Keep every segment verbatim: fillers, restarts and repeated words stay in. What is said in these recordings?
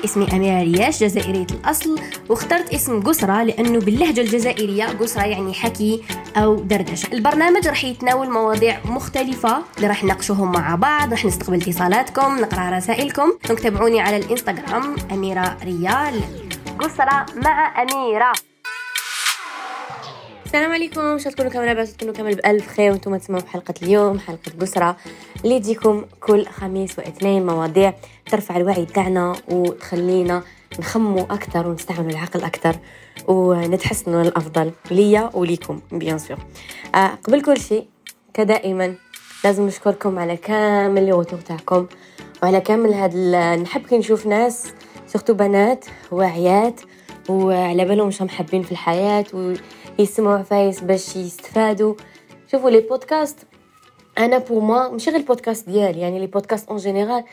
اسمي أميرة رياش، جزائرية الأصل، واخترت اسم قسرة لأنه باللهجة الجزائرية قسرة يعني حكي أو دردشة. البرنامج رح يتناول مواضيع مختلفة اللي رح نناقشوهم مع بعض، رح نستقبل اتصالاتكم، نقرأ رسائلكم. تابعوني على الإنستغرام أميرة ريال قسرة مع أميرة. السلام عليكم، ان شاء الله تكونوا كامل لاباس، تكونوا كامل بألف خير وانتم تسمعوا بحلقة اليوم، حلقة قسرة اللي تجيكم كل خميس واثنين، مواضيع ترفع الوعي تاعنا وتخلينا نخمو أكثر ونستعمل العقل أكثر ونتحسنوا للأفضل ليا وليكم بيان سور. آه قبل كل شيء كدائما لازم نشكركم على كامل الوتور تاعكم وعلى كامل هذا. نحب كي نشوف ناس سورتو بنات واعيات وعلى بالهم شو محبين في الحياة ويسمعوا فايس باش يستفادوا. شوفوا لي بودكاست، انا بور ما ماشي غير البودكاست ديالي، يعني لي بودكاست اون جينيرال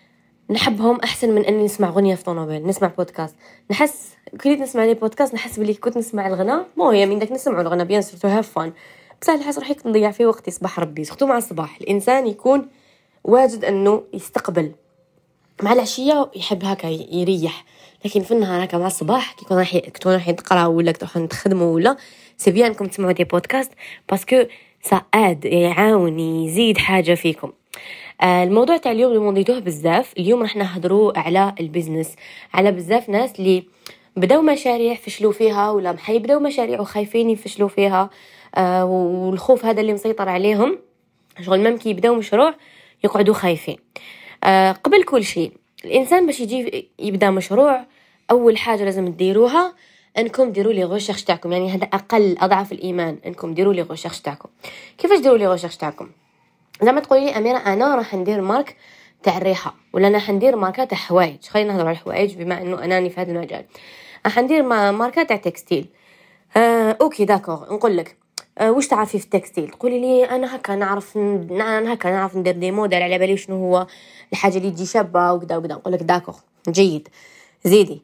نحبهم احسن من اني نسمع اغنيه في طونوبيل. نسمع بودكاست نحس كليت نسمع لي بودكاست نحس بلي كنت نسمع الغناء مو هي من داك نسمعوا الغناء بيان سور تو هاف فان، بصح الحاس راح يكون نضيع فيه وقتي صباح ربي. سختو مع الصباح الانسان يكون واجد انه يستقبل، مع العشيه يحب هكا يريح، لكن في النهار هكا مع الصباح كي كون راح كنتو راح تقراو ولا كنتو تخدموا ولا سي بيان انكم تسمعوا دي بودكاست باسكو سا اد يعاون يزيد حاجه فيكم. آه الموضوع تاع اليوم اللي موضيتوه بزاف اليوم راح نهضروا على البيزنس، على بزاف ناس اللي بداو مشاريع فشلوا فيها ولا محيبداو مشاريع وخايفين يفشلوا فيها. آه والخوف هذا اللي مسيطر عليهم شغل مام كي يبداو مشروع يقعدوا خايفين. آه قبل كل شيء الانسان باش يجي يبدا مشروع اول حاجه لازم تديروها انكم ديروا لي غوشيرش تاعكم، يعني هذا اقل اضعف الايمان انكم ديروا لي غوشيرش تاعكم. كيفاش ديروا لي غوشيرش تاعكم؟ زعما تقولي لي اميره انا راح ندير مارك تاع الريحه ولا انا حندير ماركه تاع حوايج، خلينا نهضر على الحوايج بما انه اناني في هذا المجال. راح ندير ماركه تاع تكستيل. آه اوكي داكور، نقول لك آه واش تعرفي في التكستيل؟ تقولي لي انا هكا نعرف انا هكا نعرف ندير دي موديل على بالي شنو هو الحاجه اللي تجي شابه وكذا وكذا. نقول لك داكور جيد زيدي.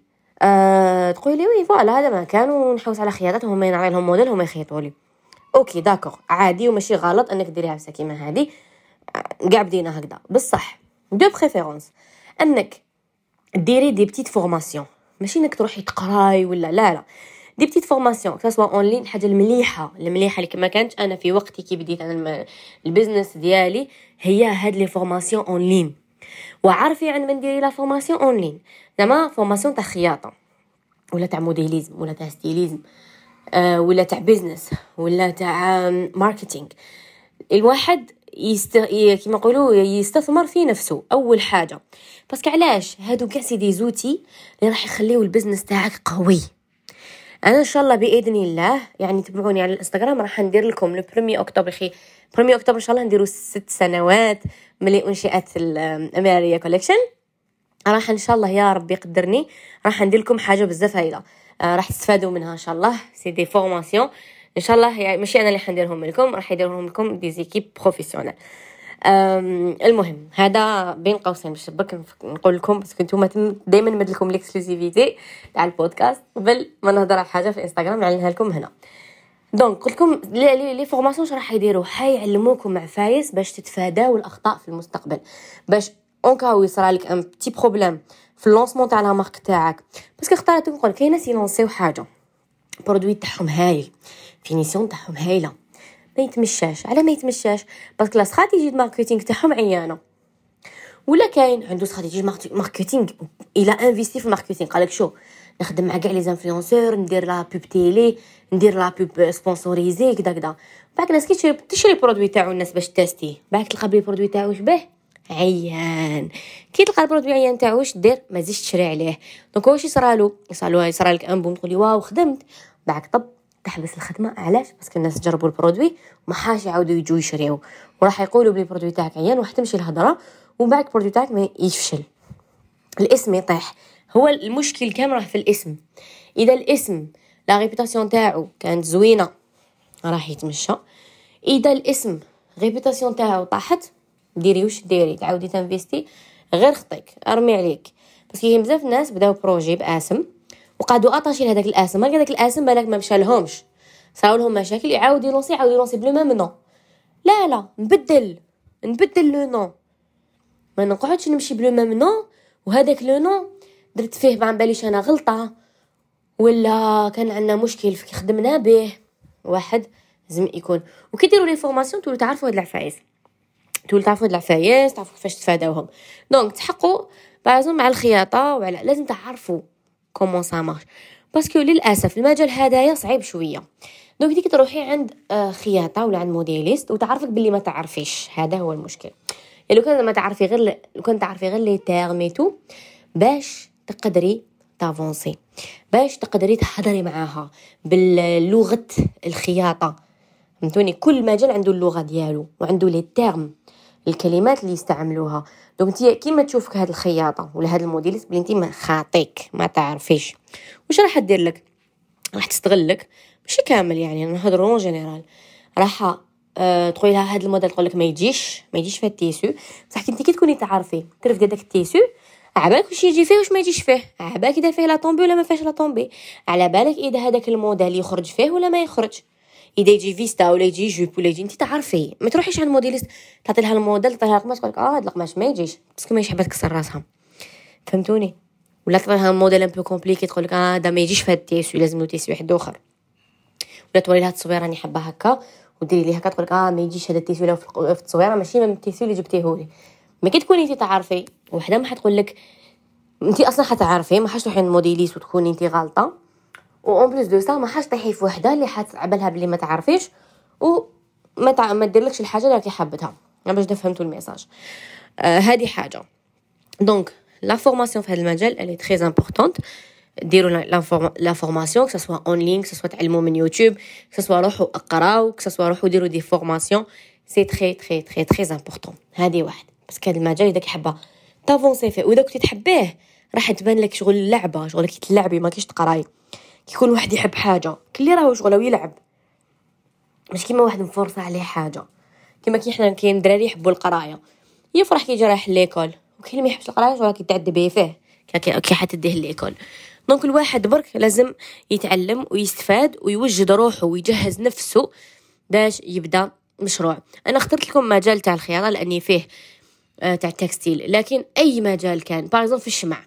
أه تقولي لي وي فوالا هذا ما كانوا نحوس على خياطاتهم ما ينعطي لهم موديل هم يخيطوا لي. اوكي داكور عادي وماشي غلط انك ديريها بس كيما هذه كاع بدينا هكذا، بصح دو بريفيرونس انك ديري دي بتيت فورماسيون، ماشي انك تروحي تقراي ولا لا لا دي بتيت فورماسيون كسوا اون لين. حاجه المليحه المليحه اللي كما كانت انا في وقتي كي بديت انا البيزنس ديالي هي هاد لي فورماسيون اون لين. وعارفي عند من ديري لا فورماسيون اون لين زعما فورماسيون تاع خياطه ولا تاع موديليزم ولا تاع ستيليزم آه ولا تاع بيزنس ولا تاع ماركتينغ. الواحد يست... كما يقولوا يستثمر في نفسه اول حاجه، باسكو علاش هادو كاع سي دي زوتي اللي راح يخليو البيزنس تاعك قوي. انا ان شاء الله باذن الله يعني تبعوني على الانستغرام راح ندير لكم لو واحد اكتوبر خي واحد اكتوبر ان شاء الله نديروا ست سنوات ملي انشئت الاميريا كولكشن. راح ان شاء الله يا رب يقدرني راح ندير لكم حاجه بزاف هايله آه راح تستفادوا منها ان شاء الله. سي دي فورماسيون ان شاء الله يعني ماشي انا اللي حنديرهم لكم، راح يديرهم لكم دي زيكيب بروفيسيونيل. المهم هذا بين قوسين باش نقول لكم بس كنتو دائما مد لكم الاكسكلوزيفيتي تاع البودكاست قبل ما نهضر على حاجه في الانستغرام نعلنها لكم هنا. دونك قلت لكم لي لي فورماسيون راح يديروا حيعلموكم مع فايس باش تتفاداو الاخطاء في المستقبل، باش اون كاو يصرى لك ان بتي بروبليم في اللونسمون تاع لا مارك تاعك. باسكو اختارت نقول كاين ناس يلونسيو حاجه برودوي تاعهم هايل فينيسيون تاعهم هايله ما يتمشاش. على ما يتمشاش باسكو لا استراتيجي ماركتينغ تاعهم عيانه، ولا كاين عنده استراتيجي ماركتينغ الى انفيستي في الماركتينغ قالك شو نخدم مع كاع لي انفلونسور ندير لا بوب تيلي ندير لا بوب سبونسوريزي كدا كدا. بعد ناس كي تشري برودوي تاعو الناس باش تيستي بعد تلقى بلي برودوي تاعو شبه عيان. كي تلقى البرودوي عيان تاعو واش دير؟ ما تزيدش تشري عليه. دونك واش يصرالو يصرالو يصرى لك ان بوم تقولي واو خدمت بعد طب تحبس الخدمه. علاش؟ باسكو الناس جربوا البرودوي وما حاش يعاودوا يجوا يشريو وراح يقولوا بلي البرودوي تاعك عيان وراح تمشي الهضره ومن بعد البرودوي تاعك ما يفشل الاسم يطيح. هو المشكل كامل راه في الاسم. اذا الاسم لا ريبيوتاسيون تاعو كانت زوينه راح يتمشى، اذا الاسم ريبيوتاسيون تاعو طاحت ديري واش ديري تعاودي تنفيستي غير خطيك ارمي عليك. بس كاين بزاف ناس بداو بروجي باسم وقعدوا اطاشي لهداك الاسم ما هذاك الاسم بالك ما مشالهمش صاروا لهم مشاكل يعاود يلونسي يعاود يلونسي بلو ميم نو. لا لا نبدل نبدل لو نو ما نقعدش نمشي بلو ميم نو وهذاك لو نو درت فيه ما باليش انا غلطه، ولا كان عندنا مشكل في خدمنا به. واحد لازم يكون وكيديروا لي فورماسيون تولوا تعرفوا هاد العفايس، تولوا تعرفوا هاد العفايس، تعرفوا كيفاش تفاداوهم. دونك تحقوا بعضهم مع الخياطه، وعلى لازم تعرفوا كومون سا مارش، باسكو للاسف المجال هذايا صعيب شويه. دونك ديك تروحي عند خياطه ولا عند موديليست وتعرفك باللي ما تعرفيش، هذا هو المشكل. يعني لو كان ما تعرفي غير لو كان تعرفي غير لي تيرميتو باش تقدري تافونسي، باش تقدري تهضري معاها باللغه الخياطه. فهمتوني؟ كل مجال عنده اللغه ديالو وعنده لي تيرم، الكلمات اللي يستعملوها. دونك انت كيما تشوفك هاد الخياطه ولا هاد الموديليست بلي انت ما خاطيك ما تعرفيش واش راح دير لك، راح تستغلك. ماشي كامل يعني، نهضروا اون جينيرال. راح أه تقول لها هاد الموديل تقول لك ما يجيش ما يجيش في التيسو، بصح انت كي تكوني تعرفي ترفدي داك التيسو، عبالك واش يجي فيه واش ما يجيش فيه، عبالك اذا فيه لا طومبي ولا ما فيهش لا طومبي، على بالك اذا هذاك الموديل يخرج فيه ولا ما يخرج، اذا يجي فيستا ولا يجي جوب ولا يجي. انت تعرفي، ما تروحيش عند موديليست تعطي لها الموديل تعطي لها القماش تقول لك اه هذا القماش ما يجيش باسكو ما يشبه تكسر راسها. فهمتوني؟ ولا تعطي لها موديل ان بو كومبليكي تقول لك اه هذا ما يجيش في هذا التيسو، لازم له تيسو واحد اخر. ولا توري لها التصويره راني حابه هكا وديري لي هكا تقول لك اه ما يجيش هذا التيسو ولا في التصويره ماشي من التيسو اللي جبتيه لي. ما كي تكوني انت تعرفي وحده ما حتقول لك انت اصلا حتعرفي، ما حاش تروحي عند موديليست وتكوني انت غلطه، و اون بليس دو سا ما حاش تطيحي في وحده اللي حتعبلها بلي ما تعرفيش وما تع... ما ديرلكش الحاجه اللي راكي حابتها. باش تفهمتوا الميساج. آه هذه حاجه. دونك لا فورماسيون في هذا المجال elle est très importante. ديروا لا فورماسيون كو سوا اون لين، كو سوا تعلموا من يوتيوب، كو سوا روحوا اقراو، كو سوا روحوا ديروا دي فورماسيون. سي تري تري تري تري امبورطون. هذه واحد باسكو هذا المجال اذا حابه تافونسي فيه واذا كنتي تحبيه راح تبان لك شغل اللعبه، شغل كي تلعبي ما كيش تقراي. كي يكون واحد يحب حاجه كلي راهو شغله ويلعب، مش كيما واحد مفرصه عليه حاجه. كيما كي حنا كاين دراري يحبوا القرايه يفرح كي يجي رايح ليكول، وكاين اللي ما يحبش القرايه شغل كي تعذب به فيه كي كي حتديه ليكول. دونك الواحد برك لازم يتعلم ويستفاد ويوجد روحه ويجهز نفسه باش يبدا مشروع. انا اخترت لكم مجال تاع الخياطه لاني فيه آه تاع التكستيل، لكن اي مجال كان باغ في الشمع.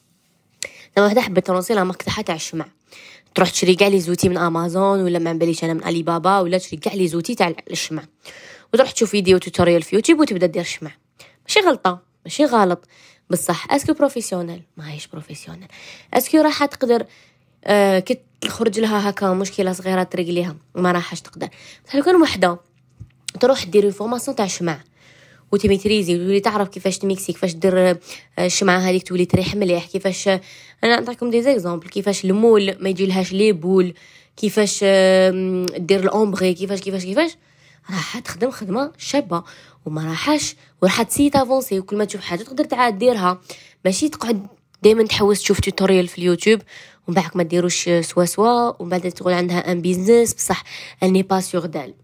لما واحده حبت ترونسي لا مارك تاع الشمع تروح تشري كاع لي زوتي من امازون ولا ما باليش انا من علي بابا، ولا تشري كاع لي زوتي تاع الشمع وتروح تشوف فيديو توتوريال في يوتيوب وتبدا دير الشمع. ماشي غلطه ماشي غلط بصح اسكو بروفيسيونيل؟ ما هيش بروفيسيونيل. اسكو راح تقدر آه كي تخرج لها هكا مشكله صغيره ترقليها؟ ما راحش تقدر. بصح لو كان وحده تروح دير فورماسيون تاع الشمع وتميتريزي وتولي تعرف كيفاش تميكسي، كيفاش دير الشمعه هذيك تولي تريح مليح، كيفاش انا نعطيكم دي زيكزامبل، كيفاش المول ما يجي لهاش لي بول، كيفاش دير الامبري، كيفاش كيفاش كيفاش راح تخدم خدمه شابه وما راحش وراح تسي تافونسي. وكل ما تشوف حاجه تقدر تعاد ديرها، ماشي تقعد دائما تحوس تشوف توتوريال في اليوتيوب ومن بعد ما ديروش سوا سوا ومن بعد تقول عندها ان بيزنس بصح اني با سور دال.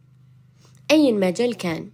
اي مجال كان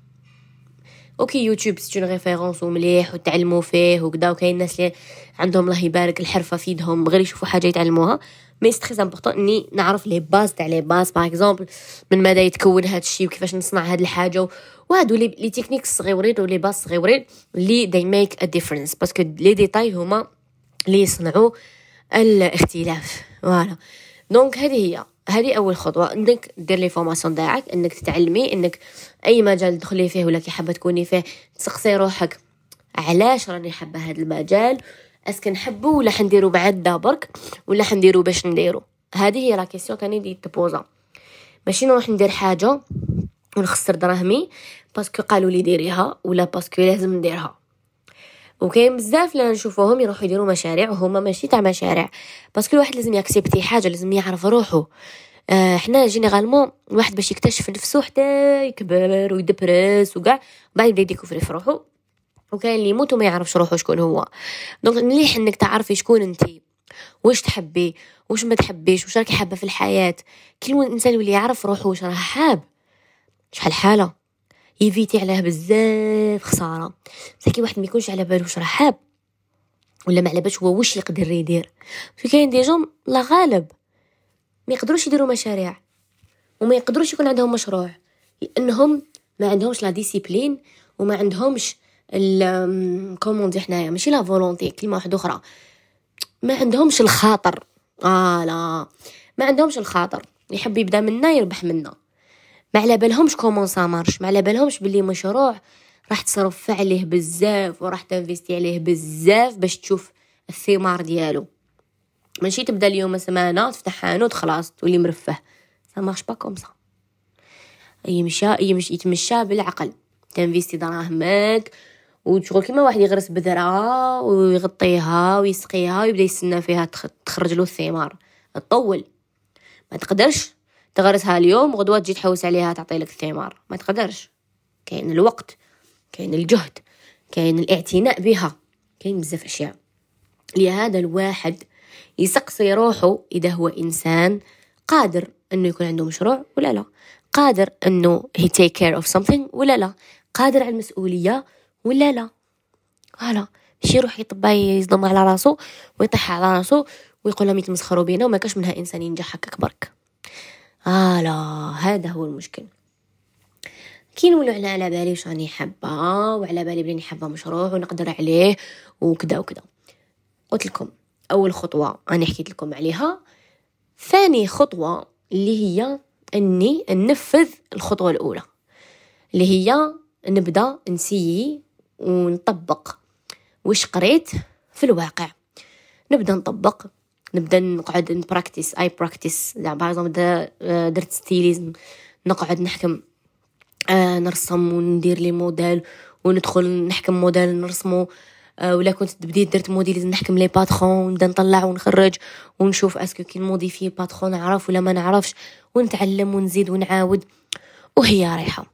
اوكي يوتيوب سي اون ريفيرونس ومليح وتعلموا فيه وكذا، وكاين الناس اللي عندهم الله يبارك الحرفه في يدهم غير يشوفوا حاجه يتعلموها. مي سي تري امبورطون اني نعرف لي باز تاع لي باز باغ اكزومبل من ماذا يتكون هذا الشيء وكيفاش نصنع هذه الحاجه، وهادو لي لي تكنيك صغيورين ولي باز صغيورين اللي دي ميك ا ديفرنس باسكو لي ديتاي هما اللي يصنعوا الاختلاف. فوالا دونك هذه هي هذه اول خطوه، انك دير لي فورماسيون تاعك، انك تتعلمي، انك اي مجال تدخلي فيه ولا كي حابه تكوني فيه تسقسي روحك علاش راني حابه هذا المجال، اسكو نحبه ولا حنديرو بعد برك ولا حنديرو باش نديرو. هذه هي لا كيسيون كاني دي تبوزا، ماشي نروح ندير حاجه ونخسر دراهمي باسكو قالوا لي ديريها ولا باسكو لازم نديرها. وكاين بزاف اللي نشوفوهم يروحوا يديروا مشاريع وهما ماشي تاع مشاريع، باسكو الواحد لازم ياكسبتي حاجه، لازم يعرف روحه. آه احنا جينيرالمون الواحد باش يكتشف نفسه حتى يكبر ويدبرس وكاع بعد يبدا يديكوفري في روحه، وكاين اللي يموت وما يعرفش روحه شكون هو. دونك مليح انك تعرفي شكون انتي، واش تحبي واش ما تحبيش، واش راكي حابه في الحياه. كل انسان اللي يعرف روحه واش راه حاب شحال حاله يفيتي عليه بزاف خساره. ساكي واحد ما يكونش على باله واش راه حاب ولا ما على بالش هو واش يقدر يدير. كاين دي جون لا غالب ما يقدروش يديروا مشاريع وما يقدروش يكون عندهم مشروع لانهم ما عندهمش لا ديسيبلين وما عندهمش ال كومون دي حنايا ماشي لا فولونتي كلمه واحده اخرى، ما عندهمش الخاطر. آه لا، ما عندهمش الخاطر، يحب يبدا منا يربح منا، ما على بالهمش كومون سا مارش، ما على بالهمش باللي مشروع راح تصرف عليه بزاف وراح تنفيستي عليه بزاف باش تشوف الثمار ديالو. ماشي تبدا اليوم سمانه تفتح حانوت خلاص تولي مرفه، سا مارش با كوم سا. يمشى يمشي يتمشى بالعقل، تنفيستي دراهمك وتشغل كيما واحد يغرس بذره ويغطيها ويسقيها ويبدا يستنى فيها تخرج له الثمار. تطول، ما تقدرش تغرسها اليوم غدوه تجي تحوس عليها تعطي لك الثمار، ما تقدرش. كاين الوقت، كاين الجهد، كاين الاعتناء بها، كاين بزاف اشياء. لهذا الواحد يسقسي روحه اذا هو انسان قادر انه يكون عنده مشروع ولا لا، قادر انه he take care of something ولا لا، قادر على المسؤوليه ولا لا. هلا ماشي يروح يطبع يصدم على راسو ويطيح على راسو ويقول لهم يتمسخروا بينا وما كاش منها انسان ينجح هكاك برك. آه لا، هذا هو المشكل. كي نولوا على على بالي واش راني حابه وعلى بالي بلي حابه مشروع ونقدر عليه وكذا وكذا، قلت لكم اول خطوه انا حكيت لكم عليها. ثاني خطوه اللي هي اني ننفذ الخطوه الاولى، اللي هي نبدا نسيي ونطبق واش قريت في الواقع. نبدا نطبق، نبدا نقعد نبراكتيس اي براكتيس. يعني بعضهم درت ستيليزم، نقعد نحكم آه نرسم وندير لي موديل وندخل نحكم موديل نرسمه. آه ولا كنت بديت درت موديل نحكم لي باترون ونبدا نطلع ونخرج ونشوف اسكو كي نموديفي باترون نعرف ولا ما نعرفش، ونتعلم ونزيد ونعاود. وهي رايحه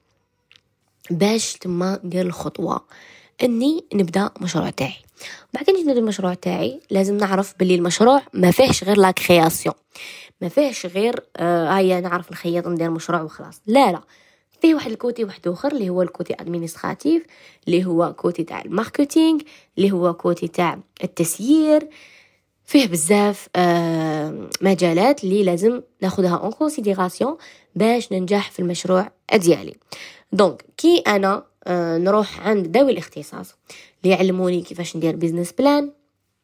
باش تما ندير الخطوه اني نبدا مشروع تاعي. بعد كي نبدا المشروع تاعي لازم نعرف باللي المشروع ما فيهش غير لا كرياسيون، ما فيهش غير آه هيا نعرف نخيط ندير مشروع وخلاص. لا لا، فيه واحد الكوتي واحد اخر اللي هو الكوتي ادمينستراتيف، اللي هو كوتي تاع الماركتينغ، اللي هو كوتي تاع التسيير. فيه بزاف آه مجالات اللي لازم ناخذها اون كونسيديراسيون باش ننجح في المشروع ديالي. دونك كي انا آه نروح عند ذوي الاختصاص اللي يعلموني كيفاش ندير بيزنس بلان،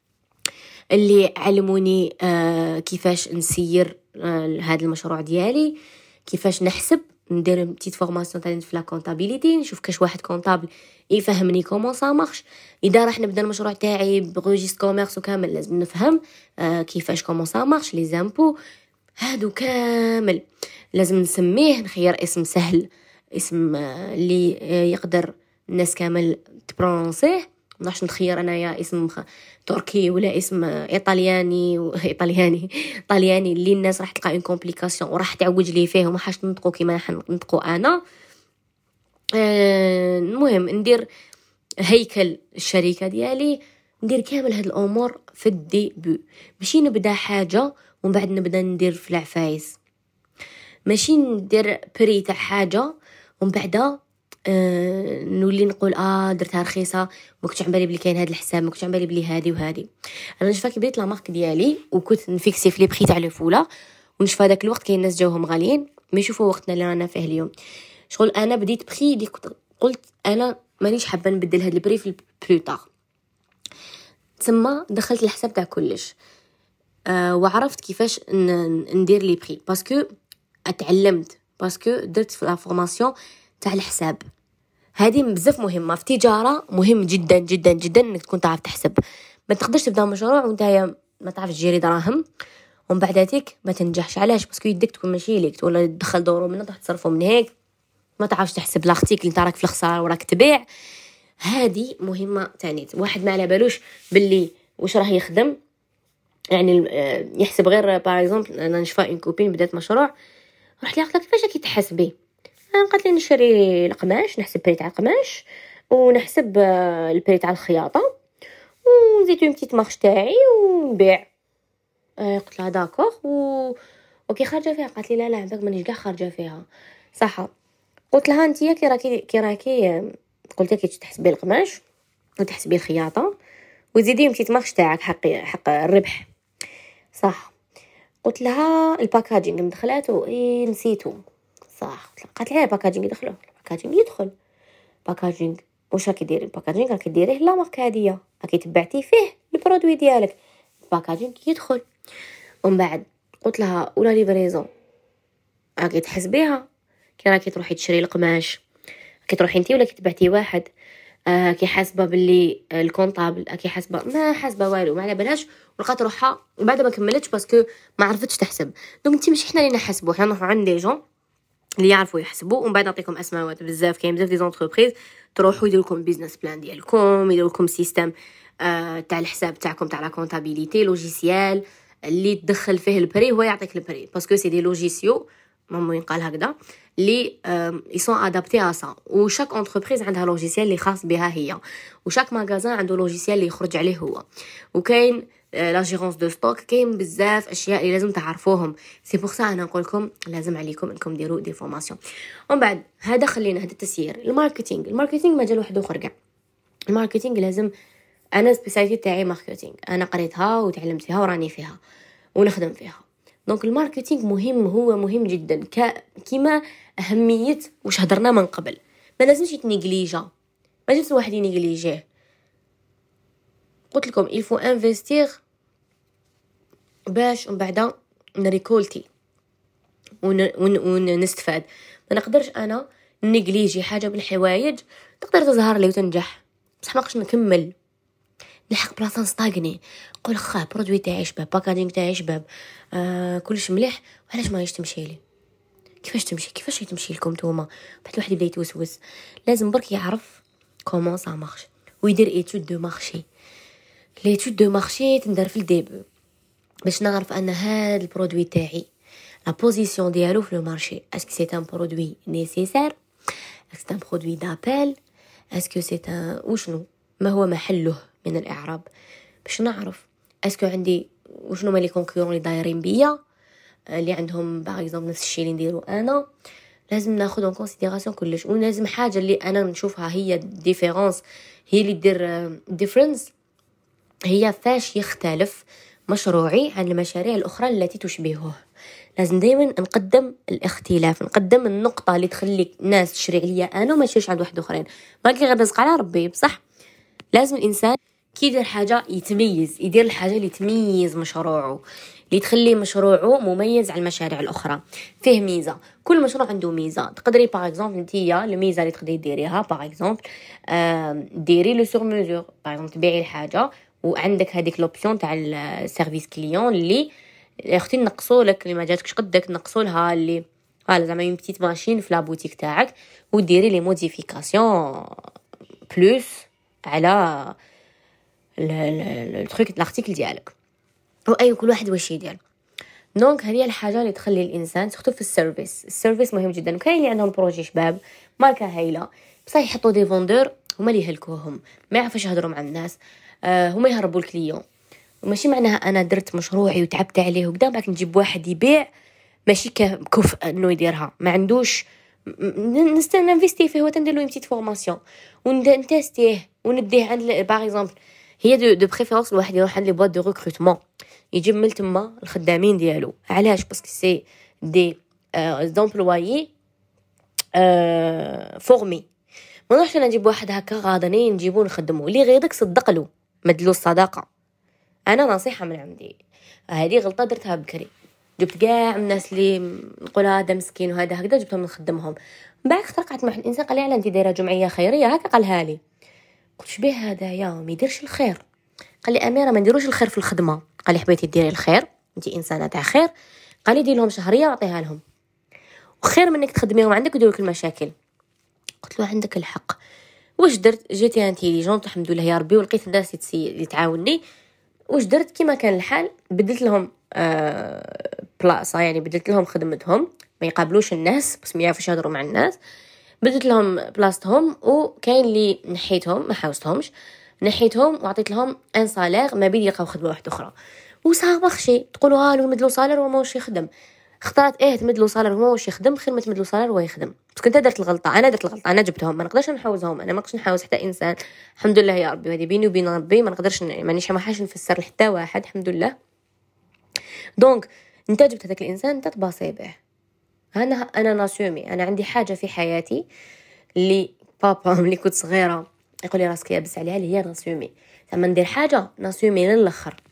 اللي علموني آه كيفاش نسير آه هذا المشروع ديالي، كيفاش نحسب، ندير بتيت فورماسيون تاع في لا كونطابيليتي، نشوف كاش واحد كونطابل يفهمني كومون سا مارش. اذا راح نبدا المشروع تاعي بروجيست كوميرس وكامل لازم نفهم آه كيفاش كومون سا مارش لي زامبو. هادو كامل لازم نسميه، نخير اسم سهل، اسم آه اللي آه يقدر الناس كامل تبرونسيه. ماش نتخير انايا اسم تركي ولا اسم ايطالياني و... ايطالياني طالياني اللي الناس راح تلقى اون كومبليكاسيون وراح تعوج لي فيه وما حاش نطقوا كيما راح نطقوا انا. آه المهم ندير هيكل الشركه ديالي، ندير كامل هاد الامور في الديبو، ماشي نبدا حاجه ومن بعد نبدا ندير في العفايس، ماشي ندير بري تاع حاجه ومن بعد أه نولي نقول اه درتها رخيصه، ما كنتش عمبالي بلي كاين هذا الحساب، ما كنتش عمبالي بلي هذه وهذه. انا نشفى كي بديت لا مارك ديالي وكنت نفيكسي في لي بري تاع لي فولا، ونشفى هذاك الوقت كاين الناس جاوهم غاليين ما يشوفوا وقتنا اللي رانا فيه اليوم. شغل انا بديت بري اللي قلت انا مانيش حابه نبدل هذا البري في البلوتار، تسمى دخلت الحساب تاع كلش أه وعرفت كيفاش ندير لي بري، باسكو اتعلمت، باسكو درت في لا فورماسيون تاع الحساب. هذه بزاف مهمه في التجاره، مهم جدا جدا جدا انك تكون تعرف تحسب. ما تقدرش تبدا مشروع وانت ما تعرفش تجيري دراهم ومن بعداتك ما تنجحش. علاش؟ باسكو يدك تكون ماشي ليك، ولا تدخل دورو من تروح تصرفوا من هيك، ما تعرفش تحسب لاختيك اللي راك في الخساره وراك تبيع. هذه مهمه تانيت. واحد ما على بالوش باللي واش راه يخدم، يعني يحسب غير باغ اكزومبل انا نشفى ان كوبين بدات مشروع، رحت لي قلت لها كيفاش راكي تحسبي؟ قالت لي نشري القماش، نحسب بري تاع القماش ونحسب البري تاع الخياطه ونزيد اون بتيت مارش تاعي ونبيع. آه قلت لها داكور و اوكي خارجه فيها؟ قالت لي لا لا عباك مانيش كاع خارجه فيها. صح. قلت لها انت كي راكي كي راكي قلت لك تحسبي القماش وتحسبي الخياطه وزيدي بتيت مارش تاعك حق حق الربح. صح. قلت لها الباكاجينغ مدخلاته اي نسيتو. صح. قالت لي الباكاجينغ يدخلوا، الباكاجينغ يدخل. باكاجينغ واش راكي ديري؟ الباكاجينغ راكي ديريه لا مارك هاديه، راكي تبعتي فيه البرودوي ديالك، باكاجينغ يدخل. ومن بعد قلت لها ولا ليفريزون راكي تحسبيها كي راكي تروحي تشري القماش، كي تروحي انتي ولا كي تبعتي واحد، آه كي حاسبه باللي الكونطابل كي حاسبه ما حاسبه والو ما على بالهاش، ولقات روحها وبعد ما كملتش باسكو ما عرفتش تحسب. دونك انتي ماشي حنا اللي نحسبوا، حنا نروحوا عند لي جون اللي يعرفوا يحسبوا، ومن بعد نعطيكم اسماء بزاف. كاين بزاف دي زونتربريز تروحوا يديروا لكم بيزنس بلان ديالكم، يديروا لكم سيستم آه تاع الحساب تاعكم تاع لا كونطابيليتي، لوجيسيال اللي تدخل فيه البري هو يعطيك البري، باسكو سي دي لوجيسيو مامو ينقال هكذا لي اي سون ادابتي ا سا. وشاك انتربريز عندها لوجيسيال اللي خاص بها هي، وشاك ماغازان عنده لوجيسيال اللي يخرج عليه هو. وكاين لا جيرونس دو ستوك، كاين بزاف اشياء اللي لازم تعرفوهم. سي بور سا انا نقول لكم لازم عليكم انكم ديروا دي فورماسيون. ومن بعد هذا خلينا هذا التسيير. الماركتينغ الماركتينغ مجال واحد اخر كاع. الماركتينغ لازم، انا سبيساليتي تاعي ماركتينغ، انا قريتها وتعلمتها وراني فيها ونخدم فيها. دونك الماركتينغ مهم، هو مهم جدا ك... كما اهميه واش هضرنا من قبل. ما لازمش يتنيجليجا، ما لازمش واحد ينيجليجيه. قلت لكم الفو انفستيغ باش من بعد نريكولتي ون... ون... ونستفاد. ما نقدرش انا نيجليجي حاجه من الحوايج تقدر تظهر لي وتنجح بصح ما نقدرش نكمل نلحق بلاصه نستاغني نقول خا برودوي تاعي شباب، باكاجينغ تاعي شباب، آه كلش مليح، وعلاش ما تمشي لي؟ كيفاش تمشي كيفاش تمشي لكم نتوما؟ بعد الواحد يبدا يتوسوس. لازم برك يعرف كومون سا مارش ويدير ايتود دو مارشي. ليتود دو مارشي تندار في الديبو باش نعرف ان هذا البرودوي تاعي لا بوزيسيون ديالو في لو مارشي. اسكو سي ان برودوي نيسيسير، اسكو سي ان برودوي دابيل، اسكو سي ان وشنو ما هو محله من الاعراب، باش نعرف اسكو عندي وشنو ما لي كونكورون اللي دايرين بيا اللي عندهم باغ اكزومبل نفس الشيء اللي نديرو انا. لازم ناخذ اون كونسيديراسيون كلش، ولازم حاجه اللي انا نشوفها هي ديفيرونس، هي اللي دير ديفرنس، هي فاش يختلف مشروعي عن المشاريع الاخرى التي تشبهه. لازم دائما نقدم الاختلاف، نقدم النقطه اللي تخليك الناس تشري عليا انا وما تشريش عند واحد اخرين. ما كي غير رزق على ربي بصح لازم الانسان كي يدير حاجه يتميز، يدير الحاجه اللي تميز مشروعه، اللي تخلي مشروعه مميز على المشاريع الاخرى، فيه ميزه. كل مشروع عنده ميزه. تقدري باغ اكزومبل نتيا الميزه اللي تقدري ديريها باغ اكزومبل ديري لو سور ميزور، باغ اكزومبل تبيعي الحاجه وعندك هذيك لوبسيون تاع السيرفيس كليون اللي اختي نقصوا لك اللي ما جاتكش قدك نقصوا لها اللي فوالا زعما اون بتيت ماشين في لابوتيك تاعك وديري لي موديفيكاسيون بلوس على التروك الارتيكل ديالك. واي كل واحد واش يدير. دونك هذه الحاجه اللي تخلي الانسان سورتو في السيرفيس. السيرفيس مهم جدا. وكاين اللي عندهم بروجي شباب ماركه هايله بصح يحطوا دي فوندور هما اللي يهلكوهم، ما يعرفوش يهضروا مع الناس، آه هما يهربوا الكليون. وماشي معناها انا درت مشروعي وتعبت عليه وكذا بعد نجيب واحد يبيع ماشي كفء انه يديرها، ما عندوش نستنى نفيستي فيه وتندير له بتيت فورماسيون ونتستيه ونديه عند باغ اكزومبل. هي دو دو بريفيرونس الواحد يروح عند لي بواط دو ريكروتمون يجيب من تما الخدامين ديالو. علاش؟ باسكو سي دي زومبلوايي فورمي. ما نروحش انا نجيب واحد هكا غاضنين نجيبو نخدمو اللي غيرك صدق له مدلو الصداقه. انا نصيحه من عندي، هذه غلطه درتها بكري، جبت كاع الناس اللي نقول هذا مسكين وهذا هكذا جبتهم نخدمهم. بعد اخترقت مع الانسان قال لي على انت دايره جمعيه خيريه هكا قالها لي. قلت شبيه هذايا ما يديرش الخير. قال لي اميره ما نديروش الخير في الخدمه. قال لي حبيتي ديري الخير انت انسانه تاع خير. قال لي دير لهم شهريه واعطيها لهم وخير منك تخدميهم عندك وديروا لك المشاكل. قلت له عندك الحق. واش درت؟ جيتي انتيليجونت الحمد لله يا ربي ولقيت الناس يتعاونني. واش درت؟ كيما كان الحال بدلت لهم آه بلاصه، يعني بدلت لهم خدمتهم ما يقابلوش الناس بس ما يعرفوش يهضروا مع الناس، بدلت لهم بلاصتهم. وكاين اللي نحيتهم ما حاوستهمش نحيتهم وعطيت لهم ان صالير ما بين يلقاو خدمه واحده اخرى. وصافا خشي تقولوا ها لو مدلو صالير وما واش يخدم. اختارت ايه تمدلو صالير وما واش يخدم خير ما تمدلو صالير وهو يخدم. بس كنت درت الغلطه، انا درت الغلطه، انا جبتهم ما نقدرش نحوزهم، انا ما نقدرش نحوز حتى انسان الحمد لله يا ربي. هذه بيني وبين ربي ما نقدرش مانيش ما حاش نفسر لحتى واحد الحمد لله. دونك انت جبت هذاك الانسان انت تباصي به. انا انا ناسومي انا عندي حاجه في حياتي اللي بابا ملي كنت صغيره يقول لي راسك يابس عليها اللي هي ناسومي. لما ندير حاجه ناسومي للاخر.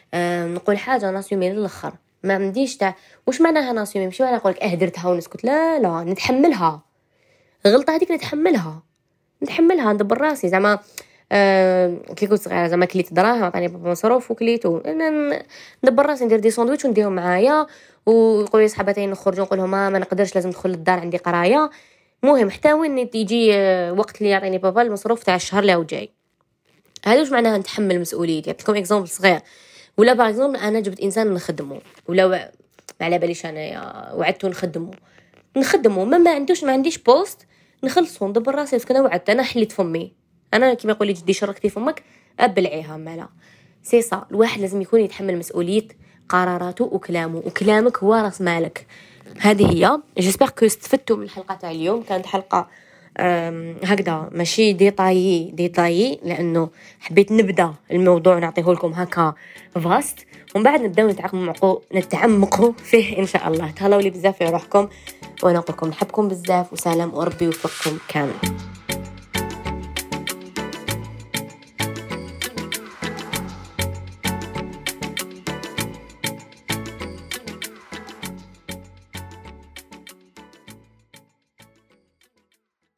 أه نقول حاجه ناسيومي للاخر، ما عنديش تاع واش معناها ناسيومي، ماشي معناها نقولك اه درتها ونسكت، لا لا نتحملها غلطه هذيك، نتحملها نتحملها ندبر راسي زعما أه كي كنت صغيره زعما كليت دراهم عطاني بابا مصروف وكليتو، انا ندبر راسي ندير دي ساندويتش ونديهم معايا، ويقولوا لي صحباتي نخرجوا نقول لهم ما نقدرش لازم ندخل للدار عندي قرايه. مهم حتى وين تيجي وقت اللي يعطيني بابا المصروف تاع الشهر اللي جاي، هذا واش معناها نتحمل مسؤوليتي. نعطيكم اكزامبل صغير، ولا باغ اكزومبل انا جبت انسان نخدمه ولا و... ما على باليش انا وعدته نخدمه نخدمه ما, ما عندوش ما عنديش بوست نخلصه ندبر راسي، بس كنا وعدت انا حليت فمي، انا كيما يقول لي جدي شركتي فمك ابلعيها مالا سي صا. الواحد لازم يكون يتحمل مسؤوليه قراراته وكلامه، وكلامك هو راس مالك. هذه هي. جيسبر كو استفدتوا من الحلقه تاع اليوم، كانت حلقه هكذا ماشي ديتايي ديتايي لانه حبيت نبدا الموضوع نعطيه لكم هكا فاست، ومن بعد نبداو نتعمقوا نتعمقوا فيه ان شاء الله. تهلاو لي بزاف في روحكم، وانا نقول لكم نحبكم بزاف وسلام وربي يوفقكم كامل.